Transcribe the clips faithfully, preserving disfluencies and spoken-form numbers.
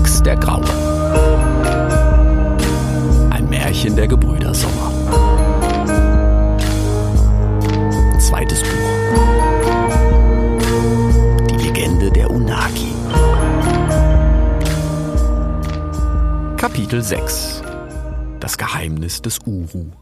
Rix der Graue. Ein Märchen der Gebrüder Sommer. Zweites Buch. Die Legende der Unagi. Kapitel sechs. Das Geheimnis des Uru.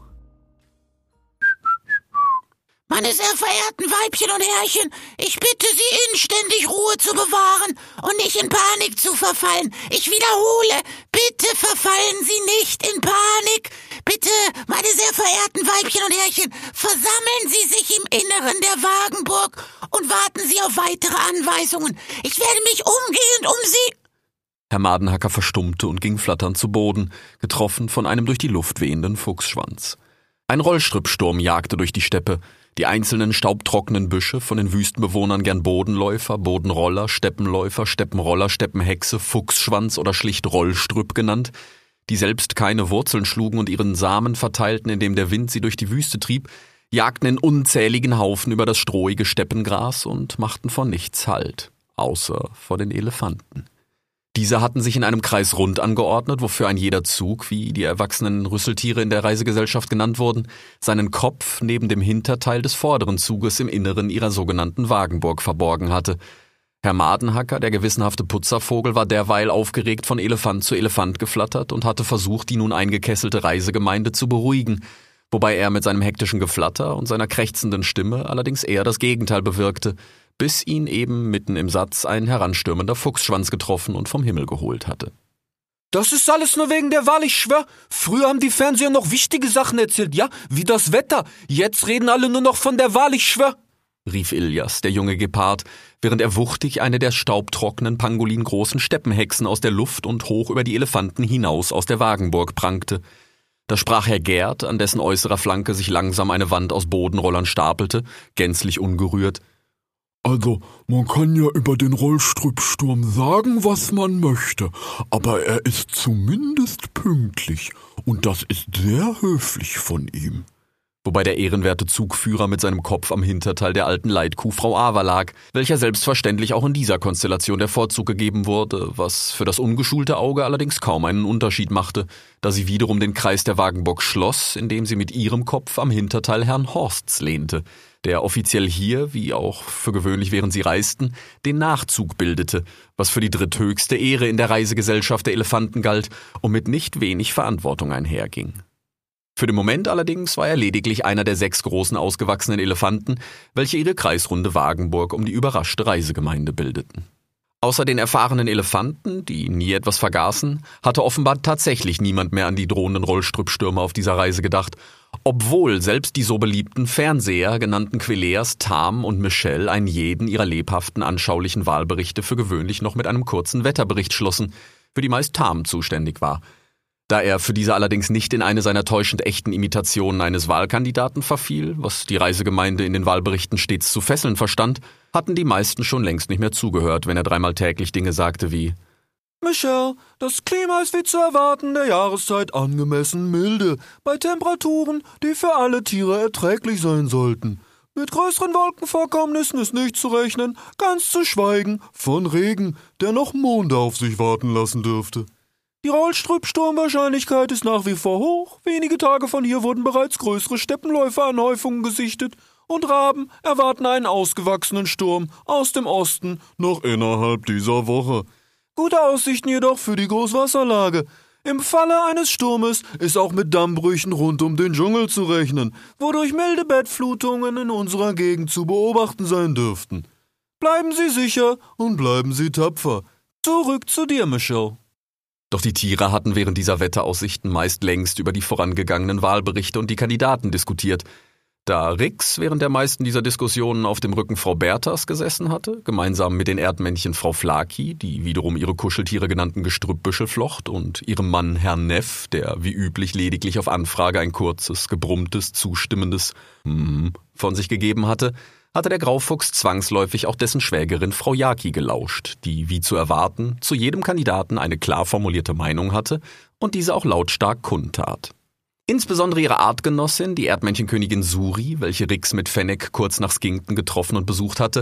Meine sehr verehrten Weibchen und Herrchen, ich bitte Sie inständig, Ruhe zu bewahren und nicht in Panik zu verfallen. Ich wiederhole, bitte verfallen Sie nicht in Panik. Bitte, meine sehr verehrten Weibchen und Herrchen, versammeln Sie sich im Inneren der Wagenburg und warten Sie auf weitere Anweisungen. Ich werde mich umgehend um Sie... Herr Madenhacker verstummte und ging flatternd zu Boden, getroffen von einem durch die Luft wehenden Fuchsschwanz. Ein Rollstrüppsturm jagte durch die Steppe. Die einzelnen staubtrockenen Büsche, von den Wüstenbewohnern gern Bodenläufer, Bodenroller, Steppenläufer, Steppenroller, Steppenhexe, Fuchsschwanz oder schlicht Rollstrüpp genannt, die selbst keine Wurzeln schlugen und ihren Samen verteilten, indem der Wind sie durch die Wüste trieb, jagten in unzähligen Haufen über das strohige Steppengras und machten vor nichts Halt, außer vor den Elefanten. Diese hatten sich in einem Kreis rund angeordnet, wofür ein jeder Zug, wie die erwachsenen Rüsseltiere in der Reisegesellschaft genannt wurden, seinen Kopf neben dem Hinterteil des vorderen Zuges im Inneren ihrer sogenannten Wagenburg verborgen hatte. Herr Madenhacker, der gewissenhafte Putzervogel, war derweil aufgeregt von Elefant zu Elefant geflattert und hatte versucht, die nun eingekesselte Reisegemeinde zu beruhigen, wobei er mit seinem hektischen Geflatter und seiner krächzenden Stimme allerdings eher das Gegenteil bewirkte, bis ihn eben mitten im Satz ein heranstürmender Fuchsschwanz getroffen und vom Himmel geholt hatte. Das ist alles nur wegen der Wahl, ich schwör. Früher haben die Fernseher noch wichtige Sachen erzählt, ja, wie das Wetter. Jetzt reden alle nur noch von der Wahl, ich schwör, rief Iljas, der junge Gepard, während er wuchtig eine der staubtrockenen, pangolingroßen Steppenhexen aus der Luft und hoch über die Elefanten hinaus aus der Wagenburg prangte. Da sprach Herr Gerd, an dessen äußerer Flanke sich langsam eine Wand aus Bodenrollern stapelte, gänzlich ungerührt. Also, man kann ja über den Rollstrüppsturm sagen, was man möchte, aber er ist zumindest pünktlich und das ist sehr höflich von ihm. Wobei der ehrenwerte Zugführer mit seinem Kopf am Hinterteil der alten Leitkuh Frau Awer lag, welcher selbstverständlich auch in dieser Konstellation der Vorzug gegeben wurde, was für das ungeschulte Auge allerdings kaum einen Unterschied machte, da sie wiederum den Kreis der Wagenburg schloss, indem sie mit ihrem Kopf am Hinterteil Herrn Horsts lehnte, der offiziell hier, wie auch für gewöhnlich während sie reisten, den Nachzug bildete, was für die dritthöchste Ehre in der Reisegesellschaft der Elefanten galt und mit nicht wenig Verantwortung einherging. Für den Moment allerdings war er lediglich einer der sechs großen ausgewachsenen Elefanten, welche ihre kreisrunde Wagenburg um die überraschte Reisegemeinde bildeten. Außer den erfahrenen Elefanten, die nie etwas vergaßen, hatte offenbar tatsächlich niemand mehr an die drohenden Rollstrüppstürme auf dieser Reise gedacht, obwohl selbst die so beliebten Fernseher, genannten Queleas, Tam und Michelle, einen jeden ihrer lebhaften, anschaulichen Wahlberichte für gewöhnlich noch mit einem kurzen Wetterbericht schlossen, für die meist Tam zuständig war. Da er für diese allerdings nicht in eine seiner täuschend echten Imitationen eines Wahlkandidaten verfiel, was die Reisegemeinde in den Wahlberichten stets zu fesseln verstand, hatten die meisten schon längst nicht mehr zugehört, wenn er dreimal täglich Dinge sagte wie: Michelle, das Klima ist wie zu erwarten der Jahreszeit angemessen milde, bei Temperaturen, die für alle Tiere erträglich sein sollten. Mit größeren Wolkenvorkommnissen ist nicht zu rechnen, ganz zu schweigen von Regen, der noch Monde auf sich warten lassen dürfte. Die Rollstrüppsturmwahrscheinlichkeit ist nach wie vor hoch. Wenige Tage von hier wurden bereits größere Steppenläuferanhäufungen gesichtet und Raben erwarten einen ausgewachsenen Sturm aus dem Osten noch innerhalb dieser Woche. Gute Aussichten jedoch für die Großwasserlage. Im Falle eines Sturmes ist auch mit Dammbrüchen rund um den Dschungel zu rechnen, wodurch milde Bettflutungen in unserer Gegend zu beobachten sein dürften. Bleiben Sie sicher und bleiben Sie tapfer. Zurück zu dir, Michelle. Doch die Tiere hatten während dieser Wetteraussichten meist längst über die vorangegangenen Wahlberichte und die Kandidaten diskutiert. Da Rix während der meisten dieser Diskussionen auf dem Rücken Frau Berthas gesessen hatte, gemeinsam mit den Erdmännchen Frau Flaki, die wiederum ihre Kuscheltiere genannten Gestrüppbüschel flocht, und ihrem Mann Herrn Neff, der wie üblich lediglich auf Anfrage ein kurzes, gebrummtes, zustimmendes hm von sich gegeben hatte, hatte der Graufuchs zwangsläufig auch dessen Schwägerin Frau Jaki gelauscht, die, wie zu erwarten, zu jedem Kandidaten eine klar formulierte Meinung hatte und diese auch lautstark kundtat. Insbesondere ihre Artgenossin, die Erdmännchenkönigin Suri, welche Rix mit Fennec kurz nach Skinkton getroffen und besucht hatte,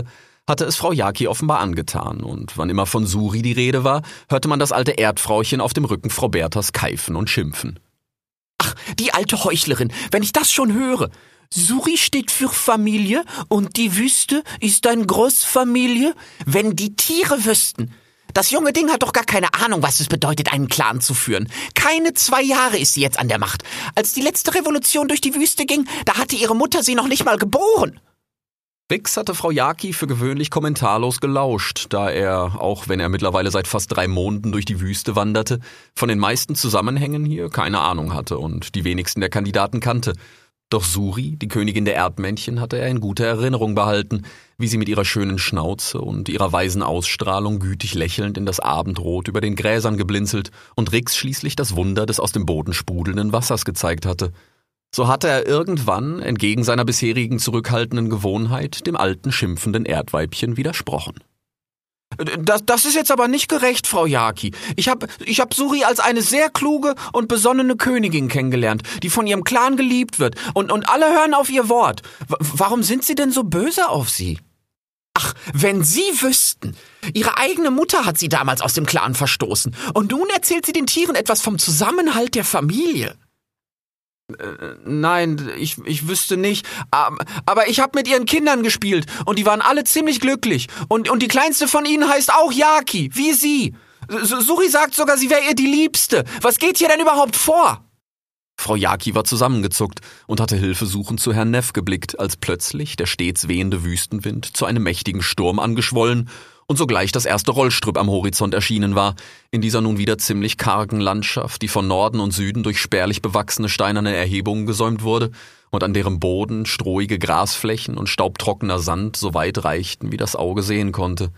hatte es Frau Jaki offenbar angetan, und wann immer von Suri die Rede war, hörte man das alte Erdfrauchen auf dem Rücken Frau Berthas keifen und schimpfen. Ach, die alte Heuchlerin, wenn ich das schon höre. Suri steht für Familie und die Wüste ist eine Großfamilie. Wenn die Tiere wüssten. Das junge Ding hat doch gar keine Ahnung, was es bedeutet, einen Clan zu führen. Keine zwei Jahre ist sie jetzt an der Macht. Als die letzte Revolution durch die Wüste ging, da hatte ihre Mutter sie noch nicht mal geboren. Rix hatte Frau Jaki für gewöhnlich kommentarlos gelauscht, da er, auch wenn er mittlerweile seit fast drei Monaten durch die Wüste wanderte, von den meisten Zusammenhängen hier keine Ahnung hatte und die wenigsten der Kandidaten kannte. Doch Suri, die Königin der Erdmännchen, hatte er in guter Erinnerung behalten, wie sie mit ihrer schönen Schnauze und ihrer weisen Ausstrahlung gütig lächelnd in das Abendrot über den Gräsern geblinzelt und Rix schließlich das Wunder des aus dem Boden sprudelnden Wassers gezeigt hatte. So hatte er irgendwann, entgegen seiner bisherigen zurückhaltenden Gewohnheit, dem alten schimpfenden Erdweibchen widersprochen. Das, das ist jetzt aber nicht gerecht, Frau Jaki. Ich habe ich hab Suri als eine sehr kluge und besonnene Königin kennengelernt, die von ihrem Clan geliebt wird. Und, und alle hören auf ihr Wort. W- warum sind Sie denn so böse auf sie? Ach, wenn Sie wüssten. Ihre eigene Mutter hat sie damals aus dem Clan verstoßen. Und nun erzählt sie den Tieren etwas vom Zusammenhalt der Familie. Nein, ich, ich wüsste nicht. Aber ich habe mit ihren Kindern gespielt und die waren alle ziemlich glücklich. Und, und die kleinste von ihnen heißt auch Jaki, wie sie. Suri sagt sogar, sie wäre ihr die Liebste. Was geht hier denn überhaupt vor? Frau Jaki war zusammengezuckt und hatte hilfesuchend zu Herrn Neff geblickt, als plötzlich der stets wehende Wüstenwind zu einem mächtigen Sturm angeschwollen und sogleich das erste Rollstrüpp am Horizont erschienen war, in dieser nun wieder ziemlich kargen Landschaft, die von Norden und Süden durch spärlich bewachsene steinerne Erhebungen gesäumt wurde und an deren Boden strohige Grasflächen und staubtrockener Sand so weit reichten, wie das Auge sehen konnte.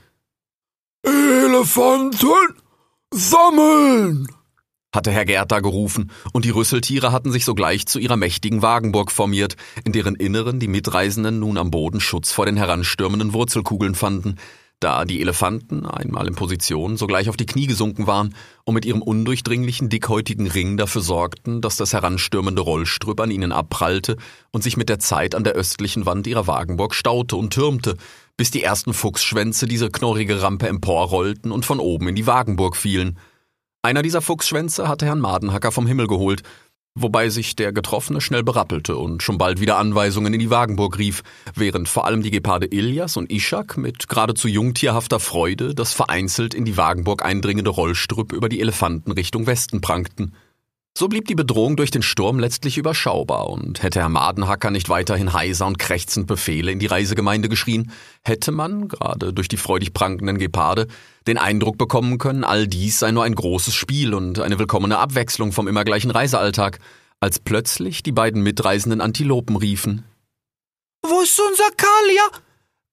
»Elefanten, sammeln!« hatte Herr Gerda gerufen, und die Rüsseltiere hatten sich sogleich zu ihrer mächtigen Wagenburg formiert, in deren Inneren die Mitreisenden nun am Boden Schutz vor den heranstürmenden Wurzelkugeln fanden, da die Elefanten, einmal in Position, sogleich auf die Knie gesunken waren und mit ihrem undurchdringlichen, dickhäutigen Ring dafür sorgten, dass das heranstürmende Rollstrüpp an ihnen abprallte und sich mit der Zeit an der östlichen Wand ihrer Wagenburg staute und türmte, bis die ersten Fuchsschwänze diese knorrige Rampe emporrollten und von oben in die Wagenburg fielen. Einer dieser Fuchsschwänze hatte Herrn Madenhacker vom Himmel geholt, wobei sich der Getroffene schnell berappelte und schon bald wieder Anweisungen in die Wagenburg rief, während vor allem die Geparde Ilias und Ishak mit geradezu jungtierhafter Freude das vereinzelt in die Wagenburg eindringende Rollstrüpp über die Elefanten Richtung Westen prangten. So blieb die Bedrohung durch den Sturm letztlich überschaubar, und hätte Herr Madenhacker nicht weiterhin heiser und krächzend Befehle in die Reisegemeinde geschrien, hätte man, gerade durch die freudig prangenden Geparde, den Eindruck bekommen können, all dies sei nur ein großes Spiel und eine willkommene Abwechslung vom immer gleichen Reisealltag, als plötzlich die beiden mitreisenden Antilopen riefen. »Wo ist unser Kalia?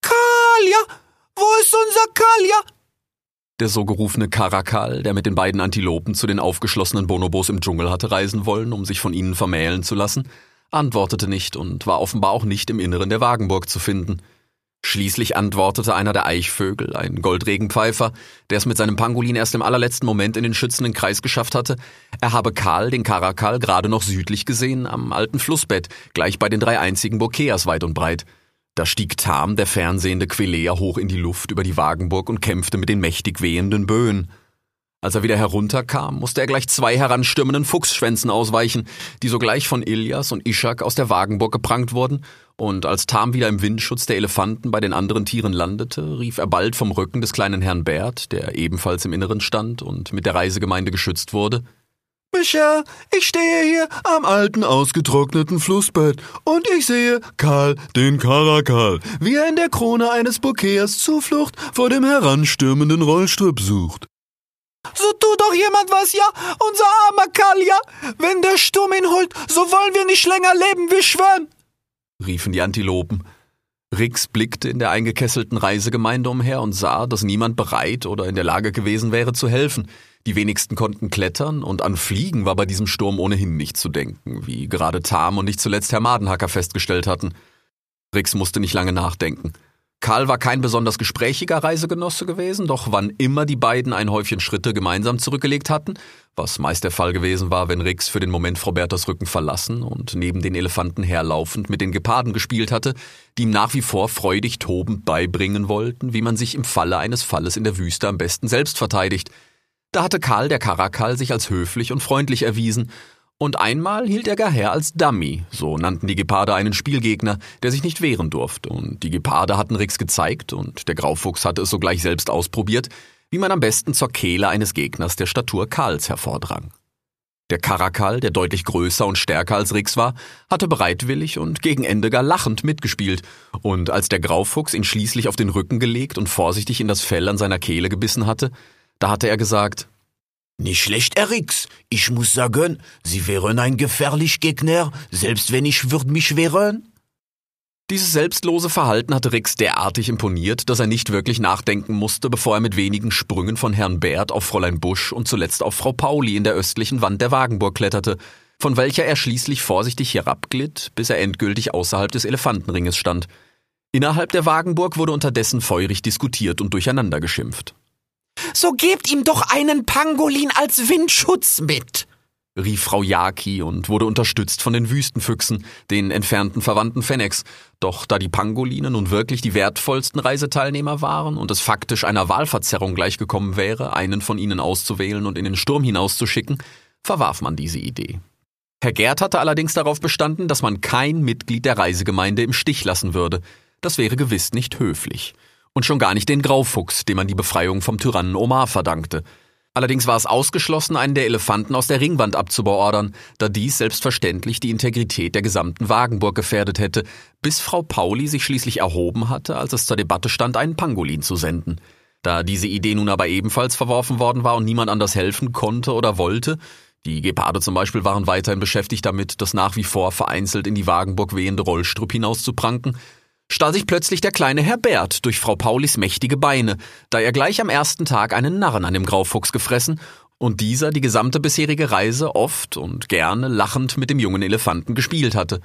Kalia! Wo ist unser Kalia?« Der so gerufene Karakal, der mit den beiden Antilopen zu den aufgeschlossenen Bonobos im Dschungel hatte reisen wollen, um sich von ihnen vermählen zu lassen, antwortete nicht und war offenbar auch nicht im Inneren der Wagenburg zu finden. Schließlich antwortete einer der Eichvögel, ein Goldregenpfeifer, der es mit seinem Pangolin erst im allerletzten Moment in den schützenden Kreis geschafft hatte, er habe Karl, den Karakal, gerade noch südlich gesehen, am alten Flussbett, gleich bei den drei einzigen Bokeas weit und breit. Da stieg Tam, der fernsehende Quelea, hoch in die Luft über die Wagenburg und kämpfte mit den mächtig wehenden Böen. Als er wieder herunterkam, musste er gleich zwei heranstürmenden Fuchsschwänzen ausweichen, die sogleich von Ilias und Ishak aus der Wagenburg geprangt wurden, und als Tam wieder im Windschutz der Elefanten bei den anderen Tieren landete, rief er bald vom Rücken des kleinen Herrn Bert, der ebenfalls im Inneren stand und mit der Reisegemeinde geschützt wurde: »Micha, ich stehe hier am alten, ausgetrockneten Flussbett und ich sehe Karl, den Karakal, wie er in der Krone eines Bokeas Zuflucht vor dem heranstürmenden Rollstrüpp sucht.« »So tut doch jemand was, ja? Unser armer Kalia! Wenn der Sturm ihn holt, so wollen wir nicht länger leben, wir schwören!« riefen die Antilopen. Rix blickte in der eingekesselten Reisegemeinde umher und sah, dass niemand bereit oder in der Lage gewesen wäre zu helfen. Die wenigsten konnten klettern, und an Fliegen war bei diesem Sturm ohnehin nicht zu denken, wie gerade Tam und nicht zuletzt Herr Madenhacker festgestellt hatten. Rix musste nicht lange nachdenken. Karl war kein besonders gesprächiger Reisegenosse gewesen, doch wann immer die beiden ein Häufchen Schritte gemeinsam zurückgelegt hatten, was meist der Fall gewesen war, wenn Rix für den Moment Frau Berthas Rücken verlassen und neben den Elefanten herlaufend mit den Geparden gespielt hatte, die ihm nach wie vor freudig tobend beibringen wollten, wie man sich im Falle eines Falles in der Wüste am besten selbst verteidigt. Da hatte Karl der Karakal sich als höflich und freundlich erwiesen, und einmal hielt er gar her als Dummy, so nannten die Geparde einen Spielgegner, der sich nicht wehren durfte, und die Geparde hatten Rix gezeigt, und der Graufuchs hatte es sogleich selbst ausprobiert, wie man am besten zur Kehle eines Gegners der Statur Karls hervordrang. Der Karakal, der deutlich größer und stärker als Rix war, hatte bereitwillig und gegen Ende gar lachend mitgespielt, und als der Graufuchs ihn schließlich auf den Rücken gelegt und vorsichtig in das Fell an seiner Kehle gebissen hatte, da hatte er gesagt: »Nicht schlecht, Herr Rix. Ich muss sagen, Sie wären ein gefährlich Gegner, selbst wenn ich würd mich wehren.« Dieses selbstlose Verhalten hatte Rix derartig imponiert, dass er nicht wirklich nachdenken musste, bevor er mit wenigen Sprüngen von Herrn Bert auf Fräulein Busch und zuletzt auf Frau Pauli in der östlichen Wand der Wagenburg kletterte, von welcher er schließlich vorsichtig herabglitt, bis er endgültig außerhalb des Elefantenringes stand. Innerhalb der Wagenburg wurde unterdessen feurig diskutiert und durcheinander geschimpft. »So gebt ihm doch einen Pangolin als Windschutz mit«, rief Frau Jaki und wurde unterstützt von den Wüstenfüchsen, den entfernten Verwandten Fennex. Doch da die Pangoline nun wirklich die wertvollsten Reiseteilnehmer waren und es faktisch einer Wahlverzerrung gleichgekommen wäre, einen von ihnen auszuwählen und in den Sturm hinauszuschicken, verwarf man diese Idee. Herr Gerd hatte allerdings darauf bestanden, dass man kein Mitglied der Reisegemeinde im Stich lassen würde. Das wäre gewiss nicht höflich. Und schon gar nicht den Graufuchs, dem man die Befreiung vom Tyrannen Omar verdankte. Allerdings war es ausgeschlossen, einen der Elefanten aus der Ringwand abzubeordern, da dies selbstverständlich die Integrität der gesamten Wagenburg gefährdet hätte, bis Frau Pauli sich schließlich erhoben hatte, als es zur Debatte stand, einen Pangolin zu senden. Da diese Idee nun aber ebenfalls verworfen worden war und niemand anders helfen konnte oder wollte, die Geparde zum Beispiel waren weiterhin beschäftigt damit, das nach wie vor vereinzelt in die Wagenburg wehende Rollstrupp hinauszupranken, stahl sich plötzlich der kleine Herr Bert durch Frau Paulis mächtige Beine, da er gleich am ersten Tag einen Narren an dem Graufuchs gefressen und dieser die gesamte bisherige Reise oft und gerne lachend mit dem jungen Elefanten gespielt hatte.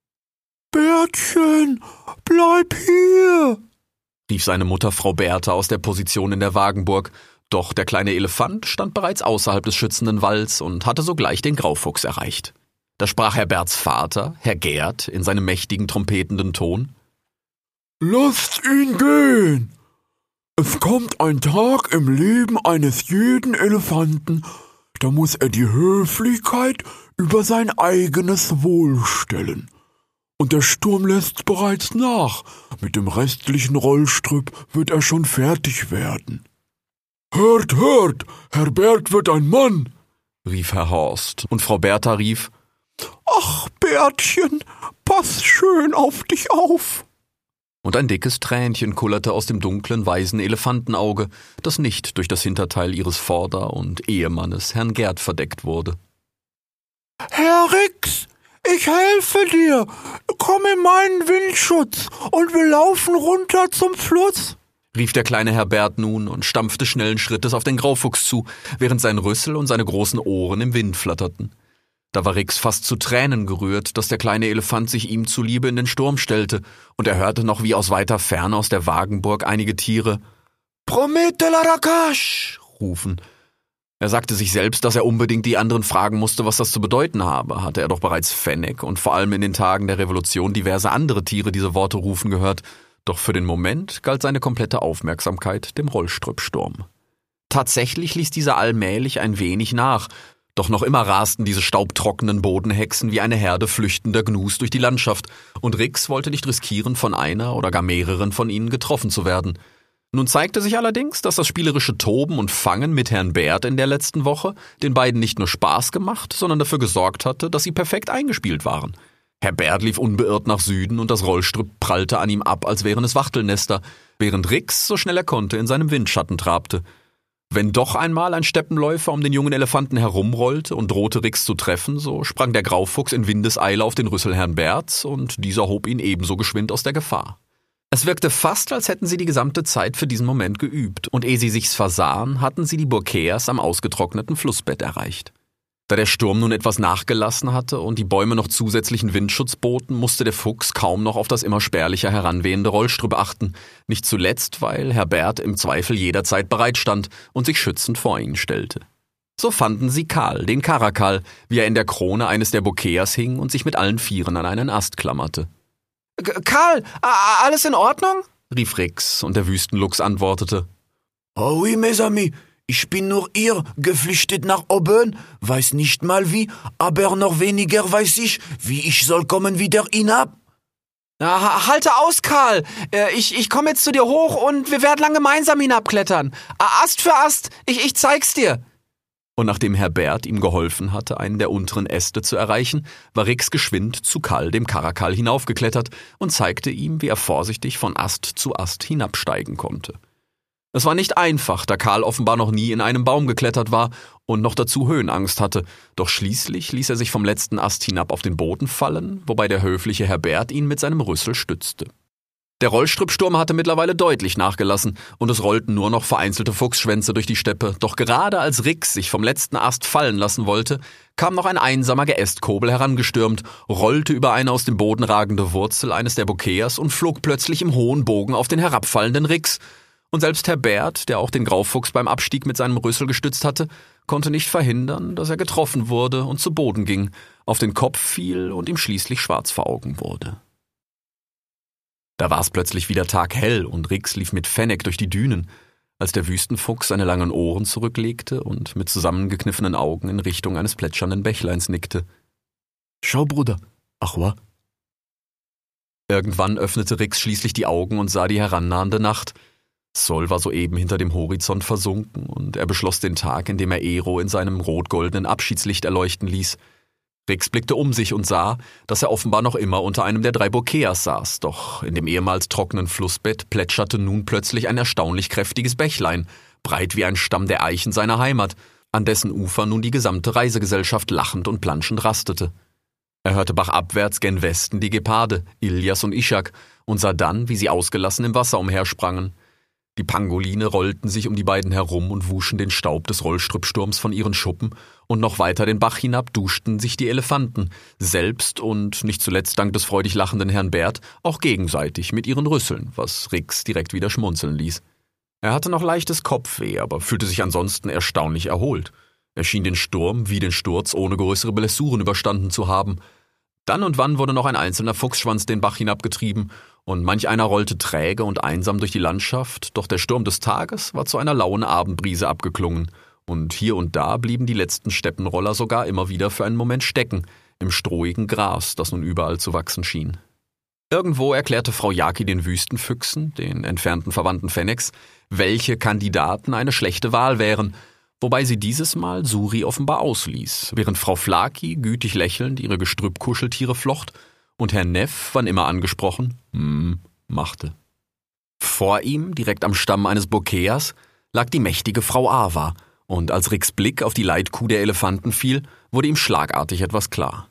»Bertchen, bleib hier«, rief seine Mutter Frau Bertha aus der Position in der Wagenburg, doch der kleine Elefant stand bereits außerhalb des schützenden Walls und hatte sogleich den Graufuchs erreicht. Da sprach Herr Berts Vater, Herr Gerd, in seinem mächtigen, trompetenden Ton: »Lasst ihn gehen! Es kommt ein Tag im Leben eines jeden Elefanten, da muss er die Höflichkeit über sein eigenes Wohl stellen. Und der Sturm lässt bereits nach, mit dem restlichen Rollstrüpp wird er schon fertig werden. »Hört, hört, Herr Bert wird ein Mann«, rief Herr Horst, und Frau Bertha rief: »Ach, Bertchen, pass schön auf dich auf.« Und ein dickes Tränchen kullerte aus dem dunklen, weißen Elefantenauge, das nicht durch das Hinterteil ihres Vorder- und Ehemannes, Herrn Gerd, verdeckt wurde. »Herr Rix, ich helfe dir. Komm in meinen Windschutz und wir laufen runter zum Fluss«, rief der kleine Herr Bert nun und stampfte schnellen Schrittes auf den Graufuchs zu, während sein Rüssel und seine großen Ohren im Wind flatterten. Da war Rix fast zu Tränen gerührt, dass der kleine Elefant sich ihm zuliebe in den Sturm stellte, und er hörte noch wie aus weiter Ferne aus der Wagenburg einige Tiere »Promete la Rakash« rufen. Er sagte sich selbst, dass er unbedingt die anderen fragen musste, was das zu bedeuten habe, hatte er doch bereits Fennec und vor allem in den Tagen der Revolution diverse andere Tiere diese Worte rufen gehört, doch für den Moment galt seine komplette Aufmerksamkeit dem Rollstrüppsturm. Tatsächlich ließ dieser allmählich ein wenig nach, doch noch immer rasten diese staubtrockenen Bodenhexen wie eine Herde flüchtender Gnus durch die Landschaft, und Rix wollte nicht riskieren, von einer oder gar mehreren von ihnen getroffen zu werden. Nun zeigte sich allerdings, dass das spielerische Toben und Fangen mit Herrn Bert in der letzten Woche den beiden nicht nur Spaß gemacht, sondern dafür gesorgt hatte, dass sie perfekt eingespielt waren. Herr Bert lief unbeirrt nach Süden und das Rollstrüpp prallte an ihm ab, als wären es Wachtelnester, während Rix, so schnell er konnte, in seinem Windschatten trabte. Wenn doch einmal ein Steppenläufer um den jungen Elefanten herumrollte und drohte Rix zu treffen, so sprang der Graufuchs in Windeseile auf den Rüssel Herrn Berts, und dieser hob ihn ebenso geschwind aus der Gefahr. Es wirkte fast, als hätten sie die gesamte Zeit für diesen Moment geübt, und ehe sie sich's versahen, hatten sie die Burkeas am ausgetrockneten Flussbett erreicht. Da der Sturm nun etwas nachgelassen hatte und die Bäume noch zusätzlichen Windschutz boten, musste der Fuchs kaum noch auf das immer spärlicher heranwehende Rollstrüpp achten, nicht zuletzt, weil Herbert im Zweifel jederzeit bereit stand und sich schützend vor ihn stellte. So fanden sie Karl, den Karakal, wie er in der Krone eines der Bokeas hing und sich mit allen Vieren an einen Ast klammerte. »Karl, alles in Ordnung?« rief Rix, und der Wüstenluchs antwortete. »Oh oui, mes amis, ich bin nur hier, geflüchtet nach oben, weiß nicht mal wie, aber noch weniger weiß ich, wie ich soll kommen wieder hinab.« Na, halte aus, Karl. Ich, ich komme jetzt zu dir hoch und wir werden lang gemeinsam hinabklettern. Ast für Ast, ich, ich zeig's dir.« Und nachdem Herbert ihm geholfen hatte, einen der unteren Äste zu erreichen, war Rix geschwind zu Karl, dem Karakal, hinaufgeklettert und zeigte ihm, wie er vorsichtig von Ast zu Ast hinabsteigen konnte. Es war nicht einfach, da Karl offenbar noch nie in einem Baum geklettert war und noch dazu Höhenangst hatte, doch schließlich ließ er sich vom letzten Ast hinab auf den Boden fallen, wobei der höfliche Herbert ihn mit seinem Rüssel stützte. Der Rollstrüppsturm hatte mittlerweile deutlich nachgelassen und es rollten nur noch vereinzelte Fuchsschwänze durch die Steppe, doch gerade als Rix sich vom letzten Ast fallen lassen wollte, kam noch ein einsamer Geästkobel herangestürmt, rollte über eine aus dem Boden ragende Wurzel eines der Bokeas und flog plötzlich im hohen Bogen auf den herabfallenden Rix. Und selbst Herbert, der auch den Graufuchs beim Abstieg mit seinem Rüssel gestützt hatte, konnte nicht verhindern, dass er getroffen wurde und zu Boden ging, auf den Kopf fiel und ihm schließlich schwarz vor Augen wurde. Da war es plötzlich wieder taghell und Rix lief mit Fennec durch die Dünen, als der Wüstenfuchs seine langen Ohren zurücklegte und mit zusammengekniffenen Augen in Richtung eines plätschernden Bächleins nickte. »Schau, Bruder, ach wa?« Irgendwann öffnete Rix schließlich die Augen und sah die herannahende Nacht. Sol war soeben hinter dem Horizont versunken und er beschloss den Tag, in dem er Ero in seinem rot-goldenen Abschiedslicht erleuchten ließ. Rix blickte um sich und sah, dass er offenbar noch immer unter einem der drei Bokeas saß, doch in dem ehemals trockenen Flussbett plätscherte nun plötzlich ein erstaunlich kräftiges Bächlein, breit wie ein Stamm der Eichen seiner Heimat, an dessen Ufer nun die gesamte Reisegesellschaft lachend und planschend rastete. Er hörte bachabwärts gen Westen die Geparde, Ilias und Ishak, und sah dann, wie sie ausgelassen im Wasser umhersprangen. Die Pangoline rollten sich um die beiden herum und wuschen den Staub des Rollstrüppsturms von ihren Schuppen, und noch weiter den Bach hinab duschten sich die Elefanten, selbst und nicht zuletzt dank des freudig lachenden Herrn Bert auch gegenseitig mit ihren Rüsseln, was Rix direkt wieder schmunzeln ließ. Er hatte noch leichtes Kopfweh, aber fühlte sich ansonsten erstaunlich erholt. Er schien den Sturm wie den Sturz ohne größere Blessuren überstanden zu haben. Dann und wann wurde noch ein einzelner Fuchsschwanz den Bach hinabgetrieben, und manch einer rollte träge und einsam durch die Landschaft, doch der Sturm des Tages war zu einer lauen Abendbrise abgeklungen, und hier und da blieben die letzten Steppenroller sogar immer wieder für einen Moment stecken, im strohigen Gras, das nun überall zu wachsen schien. Irgendwo erklärte Frau Jaki den Wüstenfüchsen, den entfernten Verwandten Fennecs, welche Kandidaten eine schlechte Wahl wären, wobei sie dieses Mal Suri offenbar ausließ, während Frau Flaki gütig lächelnd ihre Gestrüppkuscheltiere flocht und Herr Neff, wann immer angesprochen, hm, machte. Vor ihm, direkt am Stamm eines Bokeas, lag die mächtige Frau Ava, und als Rix Blick auf die Leitkuh der Elefanten fiel, wurde ihm schlagartig etwas klar.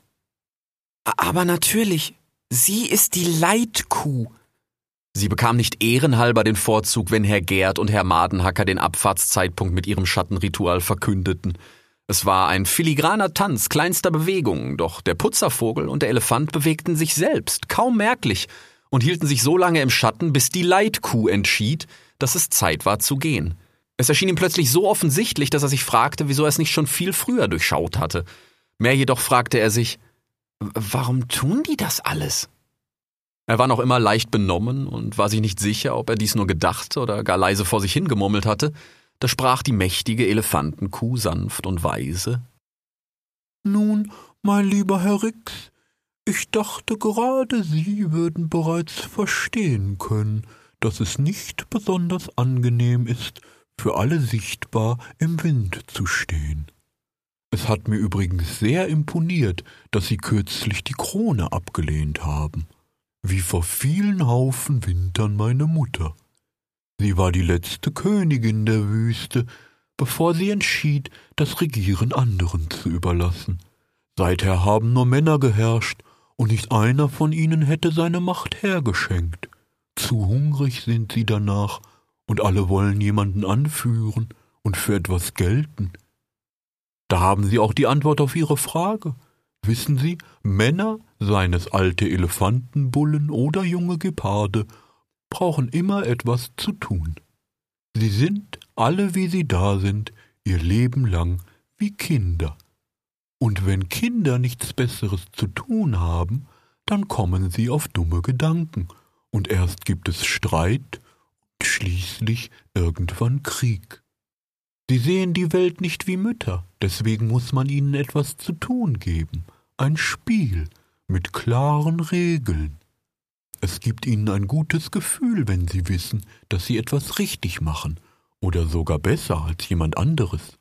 Aber natürlich, sie ist die Leitkuh. Sie bekam nicht ehrenhalber den Vorzug, wenn Herr Gerd und Herr Madenhacker den Abfahrtszeitpunkt mit ihrem Schattenritual verkündeten. Es war ein filigraner Tanz kleinster Bewegungen, doch der Putzervogel und der Elefant bewegten sich selbst, kaum merklich, und hielten sich so lange im Schatten, bis die Leitkuh entschied, dass es Zeit war zu gehen. Es erschien ihm plötzlich so offensichtlich, dass er sich fragte, wieso er es nicht schon viel früher durchschaut hatte. Mehr jedoch fragte er sich, warum tun die das alles? Er war noch immer leicht benommen und war sich nicht sicher, ob er dies nur gedacht oder gar leise vor sich hingemurmelt hatte. Da sprach die mächtige Elefantenkuh sanft und weise. »Nun, mein lieber Herr Rix, ich dachte gerade, Sie würden bereits verstehen können, dass es nicht besonders angenehm ist, für alle sichtbar im Wind zu stehen. Es hat mir übrigens sehr imponiert, dass Sie kürzlich die Krone abgelehnt haben, wie vor vielen Haufen Wintern meine Mutter. Sie war die letzte Königin der Wüste, bevor sie entschied, das Regieren anderen zu überlassen. Seither haben nur Männer geherrscht, und nicht einer von ihnen hätte seine Macht hergeschenkt. Zu hungrig sind sie danach, und alle wollen jemanden anführen und für etwas gelten. Da haben Sie auch die Antwort auf Ihre Frage. Wissen Sie, Männer, seien es alte Elefantenbullen oder junge Geparde, brauchen immer etwas zu tun. Sie sind, alle wie sie da sind, ihr Leben lang wie Kinder. Und wenn Kinder nichts Besseres zu tun haben, dann kommen sie auf dumme Gedanken, und erst gibt es Streit und schließlich irgendwann Krieg. Sie sehen die Welt nicht wie Mütter, deswegen muss man ihnen etwas zu tun geben, ein Spiel mit klaren Regeln. Es gibt ihnen ein gutes Gefühl, wenn sie wissen, dass sie etwas richtig machen oder sogar besser als jemand anderes.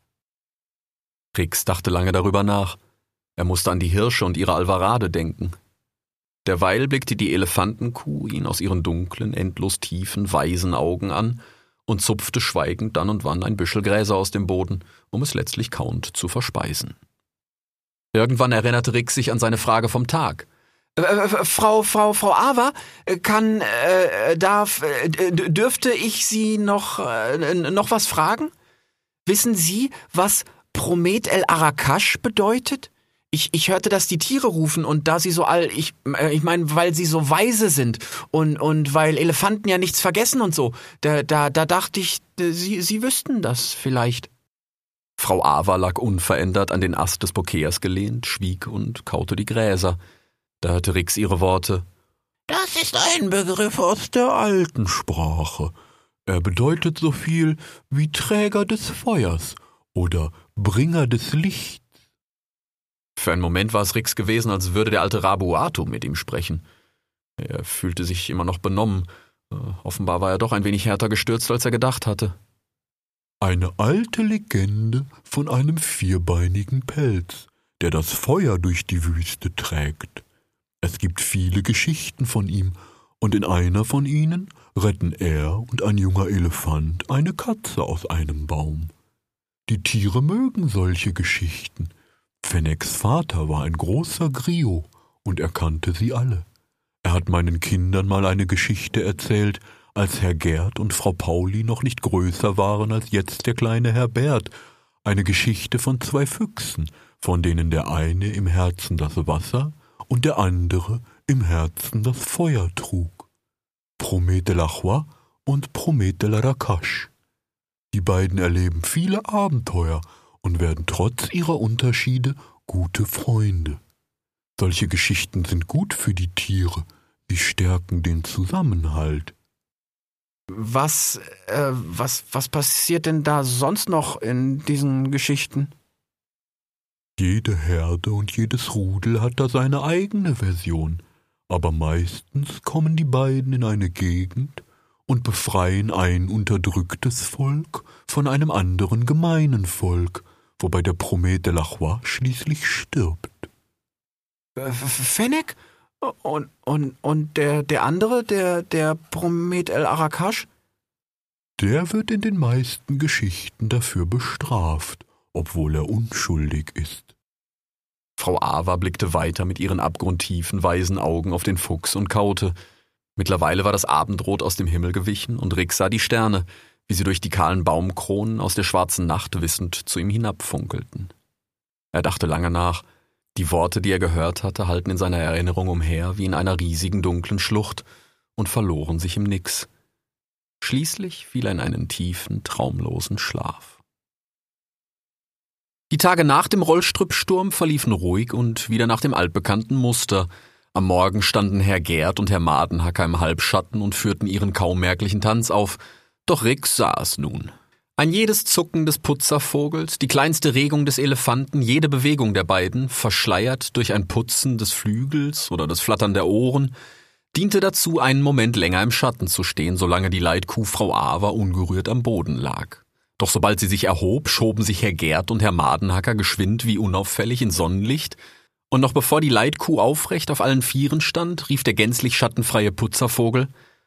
Rix dachte lange darüber nach. Er musste an die Hirsche und ihre Alvarade denken. Derweil blickte die Elefantenkuh ihn aus ihren dunklen, endlos tiefen, weisen Augen an und zupfte schweigend dann und wann ein Büschel Gräser aus dem Boden, um es letztlich kauend zu verspeisen. Irgendwann erinnerte Rix sich an seine Frage vom Tag. Äh, äh, Frau, Frau, Frau Ava, kann, äh, darf, äh, dürfte ich Sie noch, äh, noch was fragen? Wissen Sie, was Promet el Arakash bedeutet? Ich, ich hörte, dass die Tiere rufen und da sie so all, ich, äh, ich meine, weil sie so weise sind und, und weil Elefanten ja nichts vergessen und so, da, da, da dachte ich, Sie, Sie wüssten das vielleicht. Frau Ava lag unverändert an den Ast des Bokeas gelehnt, schwieg und kaute die Gräser. Da hörte Rix ihre Worte. Das ist ein Begriff Aus der alten Sprache. Er bedeutet so viel wie Träger des Feuers oder Bringer des Lichts. Für einen Moment war es Rix gewesen, als würde der alte Rabuatu mit ihm sprechen. Er fühlte sich immer noch benommen. Offenbar war er doch ein wenig härter gestürzt, als er gedacht hatte. Eine alte Legende von einem vierbeinigen Pelz, der das Feuer durch die Wüste trägt. Es gibt viele Geschichten von ihm, und in einer von ihnen retten er und ein junger Elefant eine Katze aus einem Baum. Die Tiere mögen solche Geschichten. Fennecs Vater war ein großer Griot und er kannte sie alle. Er hat meinen Kindern mal eine Geschichte erzählt, als Herr Gerd und Frau Pauli noch nicht größer waren als jetzt der kleine Herr Bert, eine Geschichte von zwei Füchsen, von denen der eine im Herzen das Wasser und der andere im Herzen das Feuer trug. Promet el Achwa und Promet el Arakash. Die beiden erleben viele Abenteuer und werden trotz ihrer Unterschiede gute Freunde. Solche Geschichten sind gut für die Tiere, sie stärken den Zusammenhalt. Was, äh, was, was passiert denn da sonst noch in diesen Geschichten? Jede Herde und jedes Rudel hat da seine eigene Version, aber meistens kommen die beiden in eine Gegend und befreien ein unterdrücktes Volk von einem anderen gemeinen Volk, wobei der Promet el Achwa schließlich stirbt. Fennec? Und, und, und der, der andere, der, der Promet el Arakash? Der wird in den meisten Geschichten dafür bestraft, obwohl er unschuldig ist. Frau Ava blickte weiter mit ihren abgrundtiefen, weisen Augen auf den Fuchs und kaute. Mittlerweile war das Abendrot aus dem Himmel gewichen und Rix sah die Sterne, wie sie durch die kahlen Baumkronen aus der schwarzen Nacht wissend zu ihm hinabfunkelten. Er dachte lange nach. Die Worte, die er gehört hatte, hallten in seiner Erinnerung umher wie in einer riesigen dunklen Schlucht und verloren sich im Nix. Schließlich fiel er in einen tiefen, traumlosen Schlaf. Die Tage nach dem Rollstrüppsturm verliefen ruhig und wieder nach dem altbekannten Muster. Am Morgen standen Herr Gerd und Herr Madenhacker im Halbschatten und führten ihren kaum merklichen Tanz auf. Doch Rix sah es nun. Ein jedes Zucken des Putzervogels, die kleinste Regung des Elefanten, jede Bewegung der beiden, verschleiert durch ein Putzen des Flügels oder das Flattern der Ohren, diente dazu, einen Moment länger im Schatten zu stehen, solange die Leitkuh Frau Ava ungerührt am Boden lag. Doch sobald sie sich erhob, schoben sich Herr Gerd und Herr Madenhacker geschwind wie unauffällig ins Sonnenlicht, und noch bevor die Leitkuh aufrecht auf allen Vieren stand, rief der gänzlich schattenfreie Putzervogel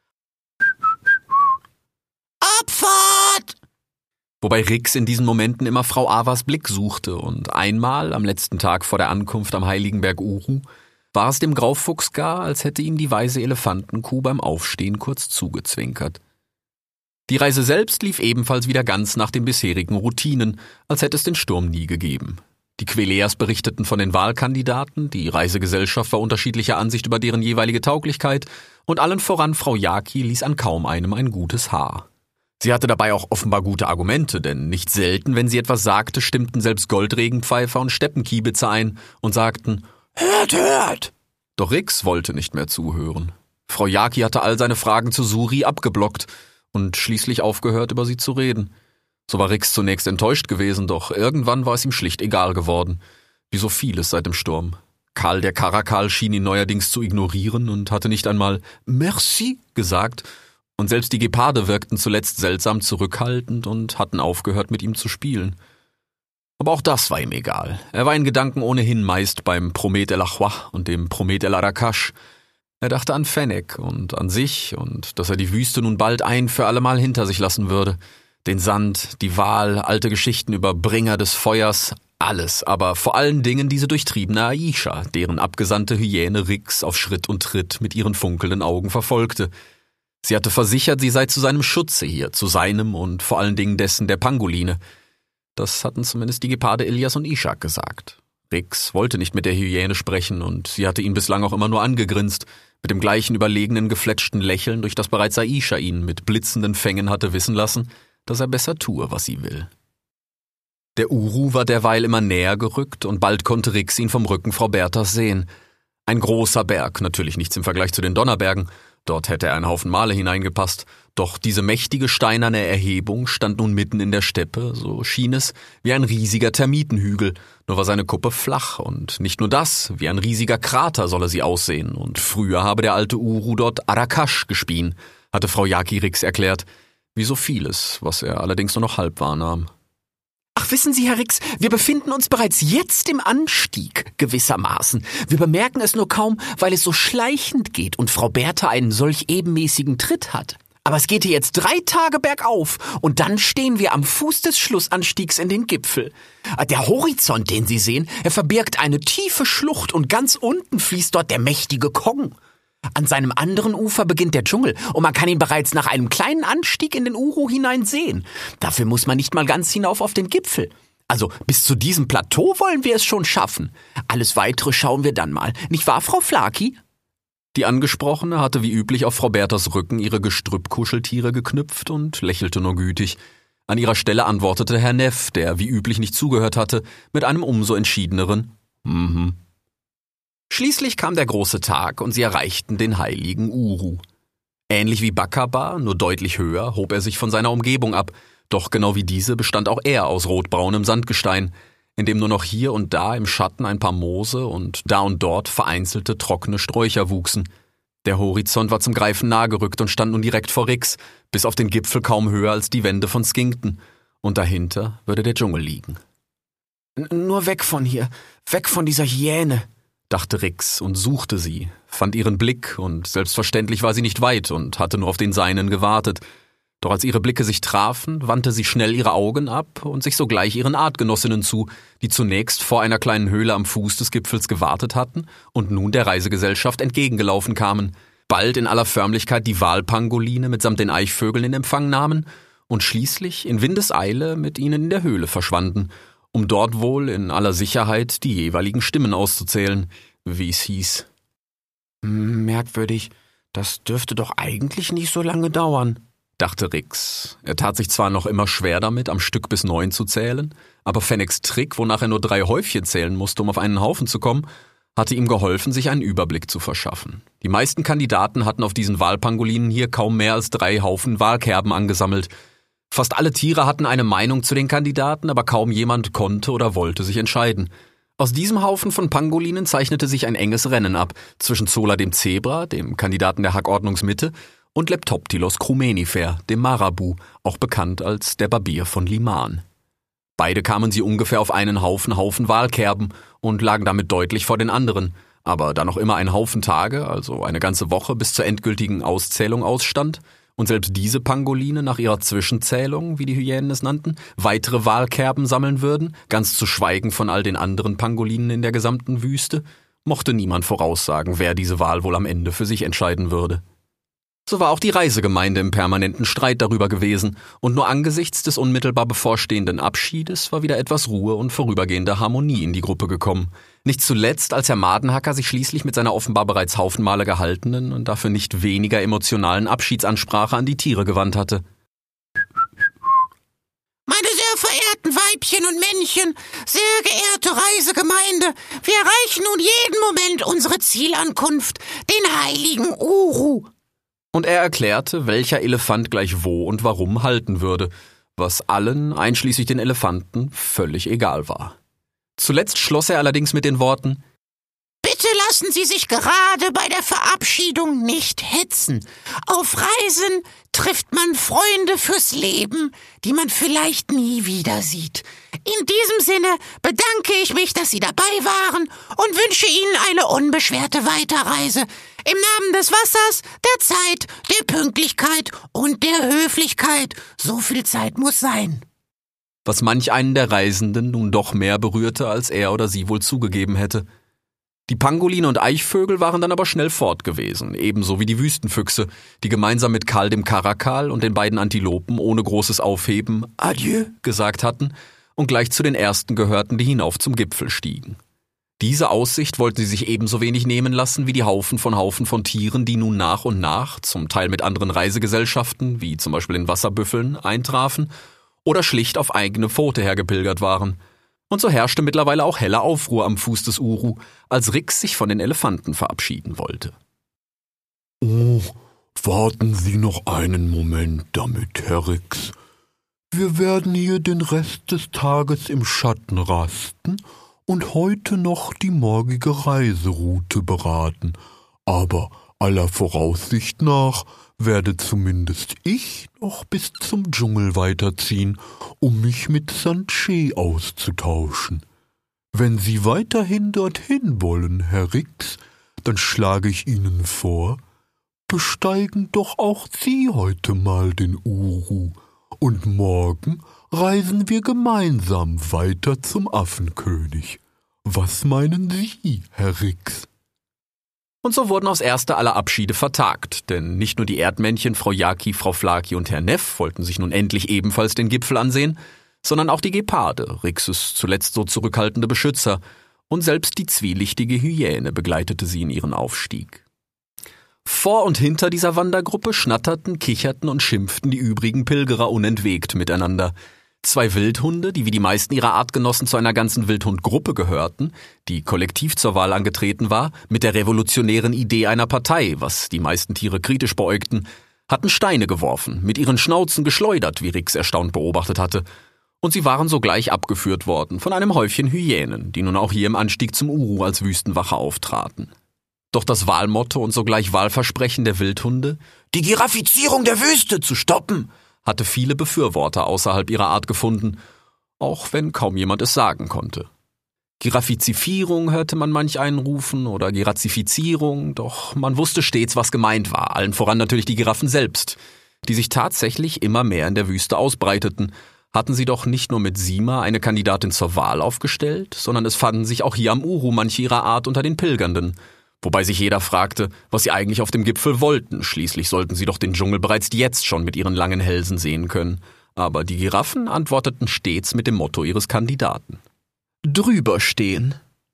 Abfahrt! Wobei Rix in diesen Momenten immer Frau Avas Blick suchte, und einmal, am letzten Tag vor der Ankunft am heiligen Berg Uru, war es dem Graufuchs gar, als hätte ihm die weise Elefantenkuh beim Aufstehen kurz zugezwinkert. Die Reise selbst lief ebenfalls wieder ganz nach den bisherigen Routinen, als hätte es den Sturm nie gegeben. Die Queleas berichteten von den Wahlkandidaten, die Reisegesellschaft war unterschiedlicher Ansicht über deren jeweilige Tauglichkeit und allen voran Frau Jaki ließ an kaum einem ein gutes Haar. Sie hatte dabei auch offenbar gute Argumente, denn nicht selten, wenn sie etwas sagte, stimmten selbst Goldregenpfeifer und Steppenkiebitze ein und sagten, »Hört, hört!« Doch Rix wollte nicht mehr zuhören. Frau Jaki hatte all seine Fragen zu Suri abgeblockt und schließlich aufgehört, über sie zu reden. So war Rix zunächst enttäuscht gewesen, doch irgendwann war es ihm schlicht egal geworden. Wie so vieles seit dem Sturm. Karl der Karakal schien ihn neuerdings zu ignorieren und hatte nicht einmal »Merci« gesagt, und selbst die Geparde wirkten zuletzt seltsam zurückhaltend und hatten aufgehört, mit ihm zu spielen. Aber auch das war ihm egal. Er war in Gedanken ohnehin meist beim Promet el Achwa und dem Promet el Arakash. Er dachte an Fennec und an sich und dass er die Wüste nun bald ein für allemal hinter sich lassen würde. Den Sand, die Wahl, alte Geschichten über Bringer des Feuers, alles, aber vor allen Dingen diese durchtriebene Aisha, deren abgesandte Hyäne Rix auf Schritt und Tritt mit ihren funkelnden Augen verfolgte. Sie hatte versichert, sie sei zu seinem Schutze hier, zu seinem und vor allen Dingen dessen der Pangoline. Das hatten zumindest die Geparde Ilias und Ishak gesagt. Rix wollte nicht mit der Hyäne sprechen und sie hatte ihn bislang auch immer nur angegrinst, mit dem gleichen überlegenen, gefletschten Lächeln, durch das bereits Aisha ihn mit blitzenden Fängen hatte wissen lassen, dass er besser tue, was sie will. Der Uru war derweil immer näher gerückt und bald konnte Rix ihn vom Rücken Frau Berthas sehen. Ein großer Berg, natürlich nichts im Vergleich zu den Donnerbergen, dort hätte er einen Haufen Male hineingepasst, doch diese mächtige steinerne Erhebung stand nun mitten in der Steppe, so schien es, wie ein riesiger Termitenhügel, nur war seine Kuppe flach und nicht nur das, wie ein riesiger Krater solle sie aussehen und früher habe der alte Uru dort Arakash gespien, hatte Frau Jaki Rix erklärt, wie so vieles, was er allerdings nur noch halb wahrnahm. Ach, wissen Sie, Herr Rix, wir befinden uns bereits jetzt im Anstieg, gewissermaßen. Wir bemerken es nur kaum, weil es so schleichend geht und Frau Bertha einen solch ebenmäßigen Tritt hat. Aber es geht hier jetzt drei Tage bergauf und dann stehen wir am Fuß des Schlussanstiegs in den Gipfel. Der Horizont, den Sie sehen, er verbirgt eine tiefe Schlucht und ganz unten fließt dort der mächtige Kong. An seinem anderen Ufer beginnt der Dschungel und man kann ihn bereits nach einem kleinen Anstieg in den Uru hinein sehen. Dafür muss man nicht mal ganz hinauf auf den Gipfel. Also bis zu diesem Plateau wollen wir es schon schaffen. Alles Weitere schauen wir dann mal. Nicht wahr, Frau Flaki? Die Angesprochene hatte wie üblich auf Frau Berthas Rücken ihre Gestrüppkuscheltiere geknüpft und lächelte nur gütig. An ihrer Stelle antwortete Herr Neff, der wie üblich nicht zugehört hatte, mit einem umso entschiedeneren Mhm. Schließlich kam der große Tag und sie erreichten den heiligen Uru. Ähnlich wie Bakaba, nur deutlich höher, hob er sich von seiner Umgebung ab, doch genau wie diese bestand auch er aus rotbraunem Sandgestein, in dem nur noch hier und da im Schatten ein paar Moose und da und dort vereinzelte trockene Sträucher wuchsen. Der Horizont war zum Greifen nahe gerückt und stand nun direkt vor Rix, bis auf den Gipfel kaum höher als die Wände von Skinkton, und dahinter würde der Dschungel liegen. Nur weg von hier, weg von dieser Hyäne, dachte Rix und suchte sie, fand ihren Blick und selbstverständlich war sie nicht weit und hatte nur auf den seinen gewartet. Doch als ihre Blicke sich trafen, wandte sie schnell ihre Augen ab und sich sogleich ihren Artgenossinnen zu, die zunächst vor einer kleinen Höhle am Fuß des Gipfels gewartet hatten und nun der Reisegesellschaft entgegengelaufen kamen, bald in aller Förmlichkeit die Walpangoline mitsamt den Eichvögeln in Empfang nahmen und schließlich in Windeseile mit ihnen in der Höhle verschwanden, um dort wohl in aller Sicherheit die jeweiligen Stimmen auszuzählen, wie es hieß. Merkwürdig, das dürfte doch eigentlich nicht so lange dauern, dachte Rix. Er tat sich zwar noch immer schwer damit, am Stück bis neun zu zählen, aber Fennecs Trick, wonach er nur drei Häufchen zählen musste, um auf einen Haufen zu kommen, hatte ihm geholfen, sich einen Überblick zu verschaffen. Die meisten Kandidaten hatten auf diesen Walpangolinen hier kaum mehr als drei Haufen Walkerben angesammelt. Fast alle Tiere hatten eine Meinung zu den Kandidaten, aber kaum jemand konnte oder wollte sich entscheiden. Aus diesem Haufen von Pangolinen zeichnete sich ein enges Rennen ab, zwischen Zola dem Zebra, dem Kandidaten der Hackordnungsmitte, und Leptoptilos crumenifer, dem Marabu, auch bekannt als der Barbier von Liman. Beide kamen sie ungefähr auf einen Haufen Haufen Walkerben und lagen damit deutlich vor den anderen, aber da noch immer ein Haufen Tage, also eine ganze Woche bis zur endgültigen Auszählung ausstand, und selbst diese Pangoline nach ihrer Zwischenzählung, wie die Hyänen es nannten, weitere Walkerben sammeln würden, ganz zu schweigen von all den anderen Pangolinen in der gesamten Wüste, mochte niemand voraussagen, wer diese Wahl wohl am Ende für sich entscheiden würde. So war auch die Reisegemeinde im permanenten Streit darüber gewesen, und nur angesichts des unmittelbar bevorstehenden Abschiedes war wieder etwas Ruhe und vorübergehende Harmonie in die Gruppe gekommen. Nicht zuletzt, als Herr Madenhacker sich schließlich mit seiner offenbar bereits haufenmale gehaltenen und dafür nicht weniger emotionalen Abschiedsansprache an die Tiere gewandt hatte. Meine sehr verehrten Weibchen und Männchen, sehr geehrte Reisegemeinde, wir erreichen nun jeden Moment unsere Zielankunft, den heiligen Uru. Und er erklärte, welcher Elefant gleich wo und warum halten würde, was allen, einschließlich den Elefanten, völlig egal war. Zuletzt schloss er allerdings mit den Worten: Bitte lassen Sie sich gerade bei der Verabschiedung nicht hetzen. Auf Reisen trifft man Freunde fürs Leben, die man vielleicht nie wieder sieht. In diesem Sinne bedanke ich mich, dass Sie dabei waren und wünsche Ihnen eine unbeschwerte Weiterreise. Im Namen des Wassers, der Zeit, der Pünktlichkeit und der Höflichkeit. So viel Zeit muss sein. Was manch einen der Reisenden nun doch mehr berührte, als er oder sie wohl zugegeben hätte. Die Pangoline und Eichvögel waren dann aber schnell fort gewesen, ebenso wie die Wüstenfüchse, die gemeinsam mit Karl dem Karakal und den beiden Antilopen ohne großes Aufheben Adieu gesagt hatten und gleich zu den ersten gehörten, die hinauf zum Gipfel stiegen. Diese Aussicht wollten sie sich ebenso wenig nehmen lassen wie die Haufen von Haufen von Tieren, die nun nach und nach, zum Teil mit anderen Reisegesellschaften, wie zum Beispiel den Wasserbüffeln, eintrafen oder schlicht auf eigene Pfote hergepilgert waren. Und so herrschte mittlerweile auch heller Aufruhr am Fuß des Uru, als Rix sich von den Elefanten verabschieden wollte. Oh, warten Sie noch einen Moment damit, Herr Rix. Wir werden hier den Rest des Tages im Schatten rasten und heute noch die morgige Reiseroute beraten, aber aller Voraussicht nach werde zumindest ich noch bis zum Dschungel weiterziehen, um mich mit Sanchez auszutauschen. Wenn Sie weiterhin dorthin wollen, Herr Rix, dann schlage ich Ihnen vor, besteigen doch auch Sie heute mal den Uru, und morgen reisen wir gemeinsam weiter zum Affenkönig. Was meinen Sie, Herr Rix? Und so wurden aufs Erste alle Abschiede vertagt, denn nicht nur die Erdmännchen Frau Jaki, Frau Flaki und Herr Neff wollten sich nun endlich ebenfalls den Gipfel ansehen, sondern auch die Geparde, Rixes zuletzt so zurückhaltende Beschützer, und selbst die zwielichtige Hyäne begleitete sie in ihren Aufstieg. Vor und hinter dieser Wandergruppe schnatterten, kicherten und schimpften die übrigen Pilgerer unentwegt miteinander. Zwei Wildhunde, die wie die meisten ihrer Artgenossen zu einer ganzen Wildhundgruppe gehörten, die kollektiv zur Wahl angetreten war, mit der revolutionären Idee einer Partei, was die meisten Tiere kritisch beäugten, hatten Steine geworfen, mit ihren Schnauzen geschleudert, wie Rix erstaunt beobachtet hatte, und sie waren sogleich abgeführt worden von einem Häufchen Hyänen, die nun auch hier im Anstieg zum Uru als Wüstenwache auftraten. Doch das Wahlmotto und sogleich Wahlversprechen der Wildhunde, die Giraffizierung der Wüste zu stoppen, hatte viele Befürworter außerhalb ihrer Art gefunden, auch wenn kaum jemand es sagen konnte. Giraffizifierung hörte man manch einen rufen oder Girazifizierung, doch man wusste stets, was gemeint war, allen voran natürlich die Giraffen selbst, die sich tatsächlich immer mehr in der Wüste ausbreiteten. Hatten sie doch nicht nur mit Sima eine Kandidatin zur Wahl aufgestellt, sondern es fanden sich auch hier am Uru manche ihrer Art unter den Pilgernden. Wobei sich jeder fragte, was sie eigentlich auf dem Gipfel wollten. Schließlich sollten sie doch den Dschungel bereits jetzt schon mit ihren langen Hälsen sehen können. Aber die Giraffen antworteten stets mit dem Motto ihres Kandidaten: Drüber stehen.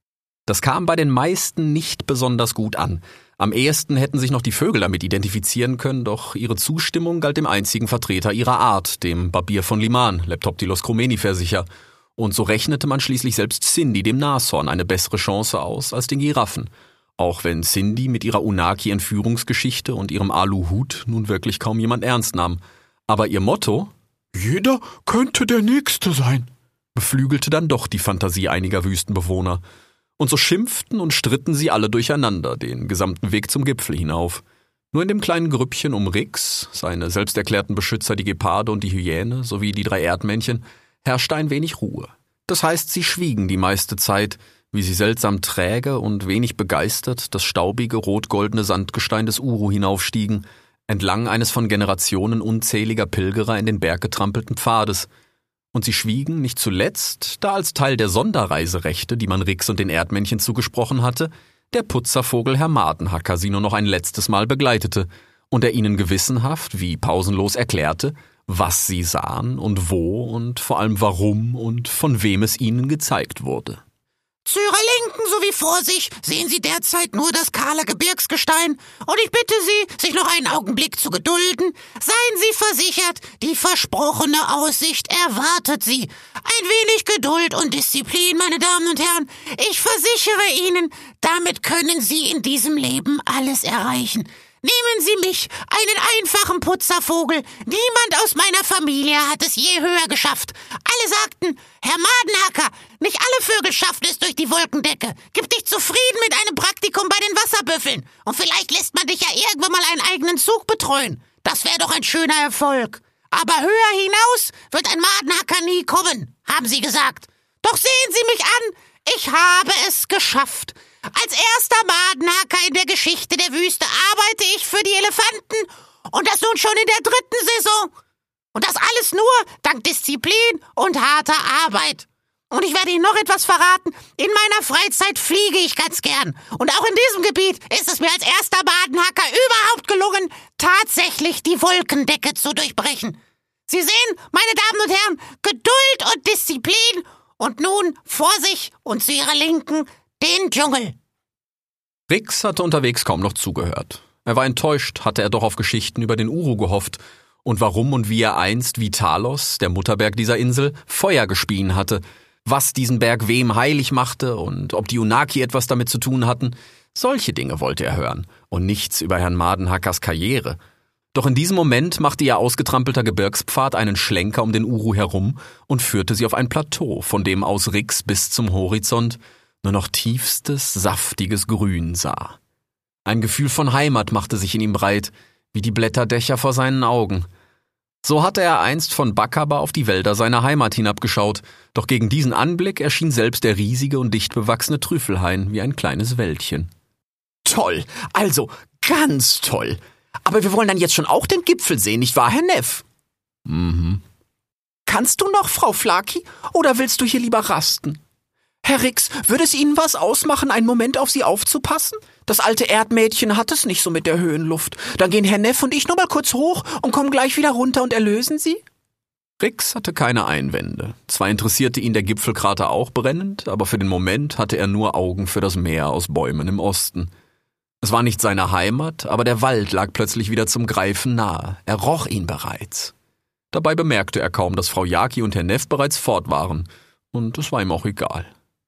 Das kam bei den meisten nicht besonders gut an. Am ehesten hätten sich noch die Vögel damit identifizieren können, doch ihre Zustimmung galt dem einzigen Vertreter ihrer Art, dem Barbier von Liman, Leptoptilos cromenifer, sicher. Und so rechnete man schließlich selbst Cindy, dem Nashorn, eine bessere Chance aus als den Giraffen. Auch wenn Cindy mit ihrer Unaki-Entführungsgeschichte und ihrem Aluhut nun wirklich kaum jemand ernst nahm. Aber ihr Motto, jeder könnte der Nächste sein, beflügelte dann doch die Fantasie einiger Wüstenbewohner. Und so schimpften und stritten sie alle durcheinander, den gesamten Weg zum Gipfel hinauf. Nur in dem kleinen Grüppchen um Rix, seine selbsterklärten Beschützer die Geparde und die Hyäne sowie die drei Erdmännchen, herrschte ein wenig Ruhe. Das heißt, sie schwiegen die meiste Zeit, wie sie seltsam träge und wenig begeistert das staubige, rot-goldene Sandgestein des Uru hinaufstiegen, entlang eines von Generationen unzähliger Pilgerer in den Berg getrampelten Pfades. Und sie schwiegen nicht zuletzt, da als Teil der Sonderreiserechte, die man Rix und den Erdmännchen zugesprochen hatte, der Putzervogel Herr Madenhacker sie nur noch ein letztes Mal begleitete und er ihnen gewissenhaft, wie pausenlos erklärte, was sie sahen und wo und vor allem warum und von wem es ihnen gezeigt wurde. Zu Ihrer Linken sowie vor sich sehen Sie derzeit nur das kahle Gebirgsgestein und ich bitte Sie, sich noch einen Augenblick zu gedulden. Seien Sie versichert, die versprochene Aussicht erwartet Sie. Ein wenig Geduld und Disziplin, meine Damen und Herren. Ich versichere Ihnen, damit können Sie in diesem Leben alles erreichen. Nehmen Sie mich, einen einfachen Putzervogel. Niemand aus meiner Familie hat es je höher geschafft. Alle sagten, Herr Madenhacker, nicht alle Vögel schaffen es durch die Wolkendecke. Gib dich zufrieden mit einem Praktikum bei den Wasserbüffeln. Und vielleicht lässt man dich ja irgendwann mal einen eigenen Zug betreuen. Das wäre doch ein schöner Erfolg. Aber höher hinaus wird ein Madenhacker nie kommen, haben Sie gesagt. Doch sehen Sie mich an, ich habe es geschafft. Als erster Madenhacker in der Geschichte der Wüste arbeite ich für die Elefanten und das nun schon in der dritten Saison. Und das alles nur dank Disziplin und harter Arbeit. Und ich werde Ihnen noch etwas verraten. In meiner Freizeit fliege ich ganz gern. Und auch in diesem Gebiet ist es mir als erster Madenhacker überhaupt gelungen, tatsächlich die Wolkendecke zu durchbrechen. Sie sehen, meine Damen und Herren, Geduld und Disziplin. Und nun vor sich und zu Ihrer Linken den Dschungel. Rix hatte unterwegs kaum noch zugehört. Er war enttäuscht, hatte er doch auf Geschichten über den Uru gehofft und warum und wie er einst wie Talos, der Mutterberg dieser Insel, Feuer gespien hatte, was diesen Berg wem heilig machte und ob die Unaki etwas damit zu tun hatten. Solche Dinge wollte er hören und nichts über Herrn Madenhackers Karriere. Doch in diesem Moment machte ihr ausgetrampelter Gebirgspfad einen Schlenker um den Uru herum und führte sie auf ein Plateau, von dem aus Rix bis zum Horizont nur noch tiefstes, saftiges Grün sah. Ein Gefühl von Heimat machte sich in ihm breit, wie die Blätterdächer vor seinen Augen. So hatte er einst von Bakaba auf die Wälder seiner Heimat hinabgeschaut, doch gegen diesen Anblick erschien selbst der riesige und dicht bewachsene Trüffelhain wie ein kleines Wäldchen. Toll, also ganz toll. Aber wir wollen dann jetzt schon auch den Gipfel sehen, nicht wahr, Herr Neff? Mhm. Kannst du noch, Frau Flaki, oder willst du hier lieber rasten? Herr Rix, würde es Ihnen was ausmachen, einen Moment auf Sie aufzupassen? Das alte Erdmädchen hat es nicht so mit der Höhenluft. Dann gehen Herr Neff und ich nur mal kurz hoch und kommen gleich wieder runter und erlösen Sie? Rix hatte keine Einwände. Zwar interessierte ihn der Gipfelkrater auch brennend, aber für den Moment hatte er nur Augen für das Meer aus Bäumen im Osten. Es war nicht seine Heimat, aber der Wald lag plötzlich wieder zum Greifen nahe. Er roch ihn bereits. Dabei bemerkte er kaum, dass Frau Jaki und Herr Neff bereits fort waren. Und es war ihm auch egal.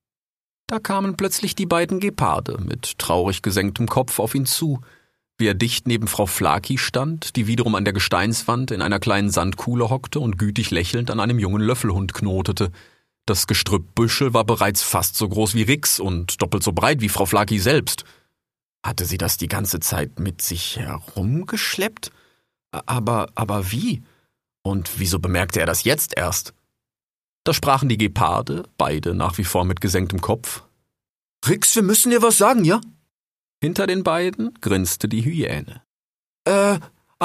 Da kamen plötzlich die beiden Geparde mit traurig gesenktem Kopf auf ihn zu, wie er dicht neben Frau Flaki stand, die wiederum an der Gesteinswand in einer kleinen Sandkuhle hockte und gütig lächelnd an einem jungen Löffelhund knotete. Das Gestrüppbüschel war bereits fast so groß wie Rix und doppelt so breit wie Frau Flaki selbst. Hatte sie das die ganze Zeit mit sich herumgeschleppt? Aber, aber wie? Und wieso bemerkte er das jetzt erst? Da sprachen die Geparde, beide nach wie vor mit gesenktem Kopf. Rix, wir müssen dir was sagen, ja? Hinter den beiden grinste die Hyäne. Äh,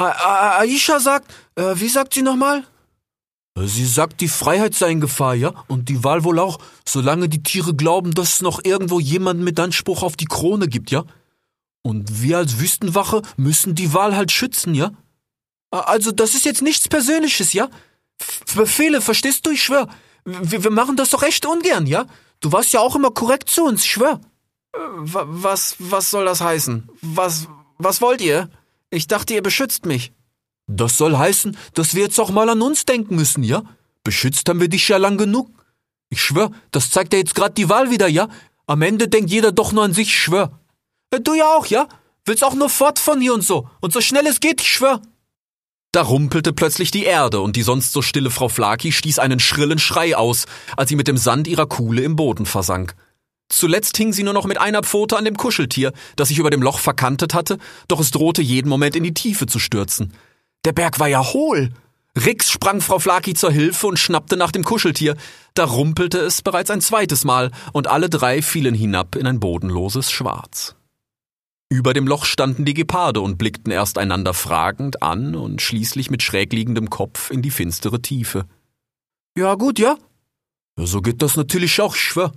Aisha sagt, äh, wie sagt sie nochmal? Sie sagt, die Freiheit sei in Gefahr, ja? Und die Wahl wohl auch, solange die Tiere glauben, dass es noch irgendwo jemanden mit Anspruch auf die Krone gibt, ja? Und wir als Wüstenwache müssen die Wahl halt schützen, ja? Also, das ist jetzt nichts Persönliches, ja? F- Befehle, verstehst du? Ich schwör. Wir, wir machen das doch echt ungern, ja? Du warst ja auch immer korrekt zu uns, ich schwör. Was, was soll das heißen? Was, was wollt ihr? Ich dachte, ihr beschützt mich. Das soll heißen, dass wir jetzt auch mal an uns denken müssen, ja? Beschützt haben wir dich ja lang genug. Ich schwör, das zeigt ja jetzt gerade die Wahl wieder, ja? Am Ende denkt jeder doch nur an sich, ich schwör. Du ja auch, ja? Willst auch nur fort von hier und so. Und so schnell es geht, ich schwör. Da rumpelte plötzlich die Erde und die sonst so stille Frau Flaki stieß einen schrillen Schrei aus, als sie mit dem Sand ihrer Kuhle im Boden versank. Zuletzt hing sie nur noch mit einer Pfote an dem Kuscheltier, das sich über dem Loch verkantet hatte, doch es drohte jeden Moment in die Tiefe zu stürzen. Der Berg war ja hohl. Rix sprang Frau Flaki zur Hilfe und schnappte nach dem Kuscheltier. Da rumpelte es bereits ein zweites Mal und alle drei fielen hinab in ein bodenloses Schwarz. Über dem Loch standen die Geparde und blickten erst einander fragend an und schließlich mit schräg liegendem Kopf in die finstere Tiefe. Ja gut, ja? Ja, so geht das natürlich auch, ich schwör.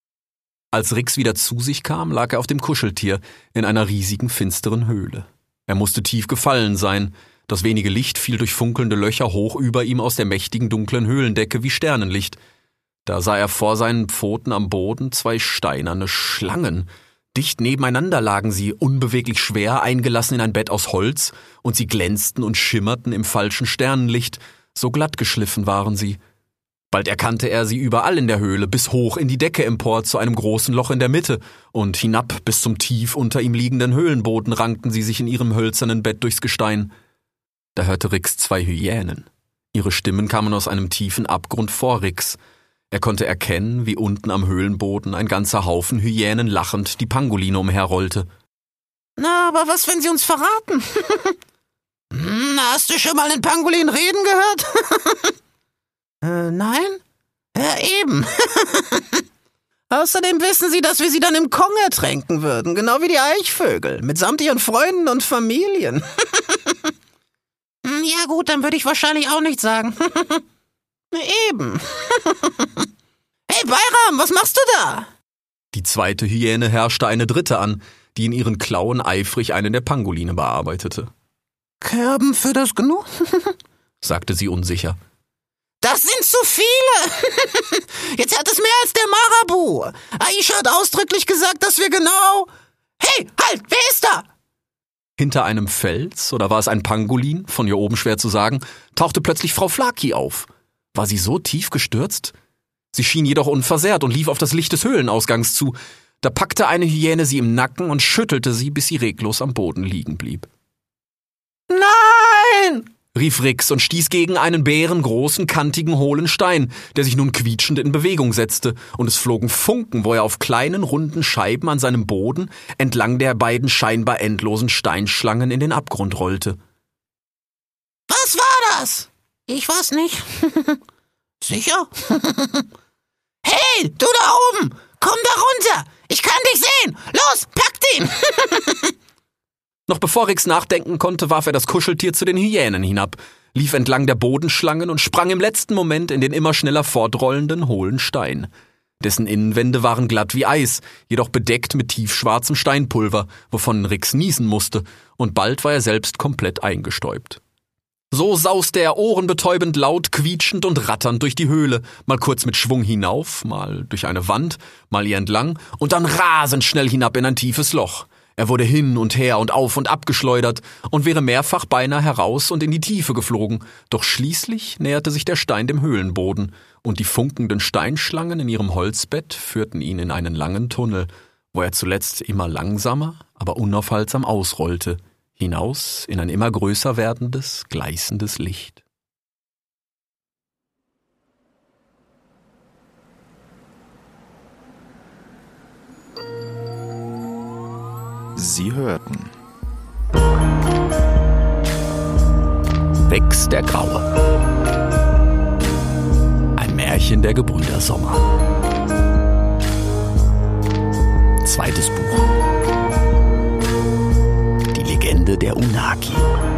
Als Rix wieder zu sich kam, lag er auf dem Kuscheltier in einer riesigen finsteren Höhle. Er musste tief gefallen sein. Das wenige Licht fiel durch funkelnde Löcher hoch über ihm aus der mächtigen dunklen Höhlendecke wie Sternenlicht. Da sah er vor seinen Pfoten am Boden zwei steinerne Schlangen. Dicht nebeneinander lagen sie, unbeweglich schwer, eingelassen in ein Bett aus Holz, und sie glänzten und schimmerten im falschen Sternenlicht, so glatt geschliffen waren sie. Bald erkannte er sie überall in der Höhle, bis hoch in die Decke empor zu einem großen Loch in der Mitte, und hinab bis zum tief unter ihm liegenden Höhlenboden rankten sie sich in ihrem hölzernen Bett durchs Gestein. Da hörte Rix zwei Hyänen. Ihre Stimmen kamen aus einem tiefen Abgrund vor Rix. Er konnte erkennen, wie unten am Höhlenboden ein ganzer Haufen Hyänen lachend die Pangoline umherrollte. Na, aber was, wenn sie uns verraten? Hm, hast du schon mal einen Pangolin reden gehört? äh, nein? Ja, eben. Außerdem wissen sie, dass wir sie dann im Kong ertränken würden, genau wie die Eichvögel, mitsamt ihren Freunden und Familien. Ja gut, dann würde ich wahrscheinlich auch nichts sagen. Eben. Hey Bayram, was machst du da? Die zweite Hyäne herrschte eine dritte an, die in ihren Klauen eifrig eine der Pangoline bearbeitete. Körben für das Gnu? sagte sie unsicher. Das sind zu viele. Jetzt hat es mehr als der Marabu. Aisha hat ausdrücklich gesagt, dass wir genau... Hey, halt, wer ist da? Hinter einem Fels, oder war es ein Pangolin, von hier oben schwer zu sagen, tauchte plötzlich Frau Flaki auf. War sie so tief gestürzt? Sie schien jedoch unversehrt und lief auf das Licht des Höhlenausgangs zu. Da packte eine Hyäne sie im Nacken und schüttelte sie, bis sie reglos am Boden liegen blieb. Nein! rief Rix und stieß gegen einen bärengroßen, kantigen, hohlen Stein, der sich nun quietschend in Bewegung setzte, und es flogen Funken, wo er auf kleinen, runden Scheiben an seinem Boden entlang der beiden scheinbar endlosen Steinschlangen in den Abgrund rollte. Was war das? Ich weiß nicht. Sicher? Hey, du da oben! Komm da runter! Ich kann dich sehen! Los, packt ihn! Noch bevor Rix nachdenken konnte, warf er das Kuscheltier zu den Hyänen hinab, lief entlang der Bodenschlangen und sprang im letzten Moment in den immer schneller fortrollenden, hohlen Stein. Dessen Innenwände waren glatt wie Eis, jedoch bedeckt mit tiefschwarzem Steinpulver, wovon Rix niesen musste, und bald war er selbst komplett eingestäubt. So sauste er ohrenbetäubend laut, quietschend und ratternd durch die Höhle, mal kurz mit Schwung hinauf, mal durch eine Wand, mal ihr entlang und dann rasend schnell hinab in ein tiefes Loch. Er wurde hin und her und auf und ab geschleudert und wäre mehrfach beinahe heraus und in die Tiefe geflogen, doch schließlich näherte sich der Stein dem Höhlenboden, und die funkenden Steinschlangen in ihrem Holzbett führten ihn in einen langen Tunnel, wo er zuletzt immer langsamer, aber unaufhaltsam ausrollte, hinaus in ein immer größer werdendes, gleißendes Licht. Sie hörten Wex der Graue. Ein Märchen der Gebrüder Sommer. Zweites Buch. Die Legende der Unaki.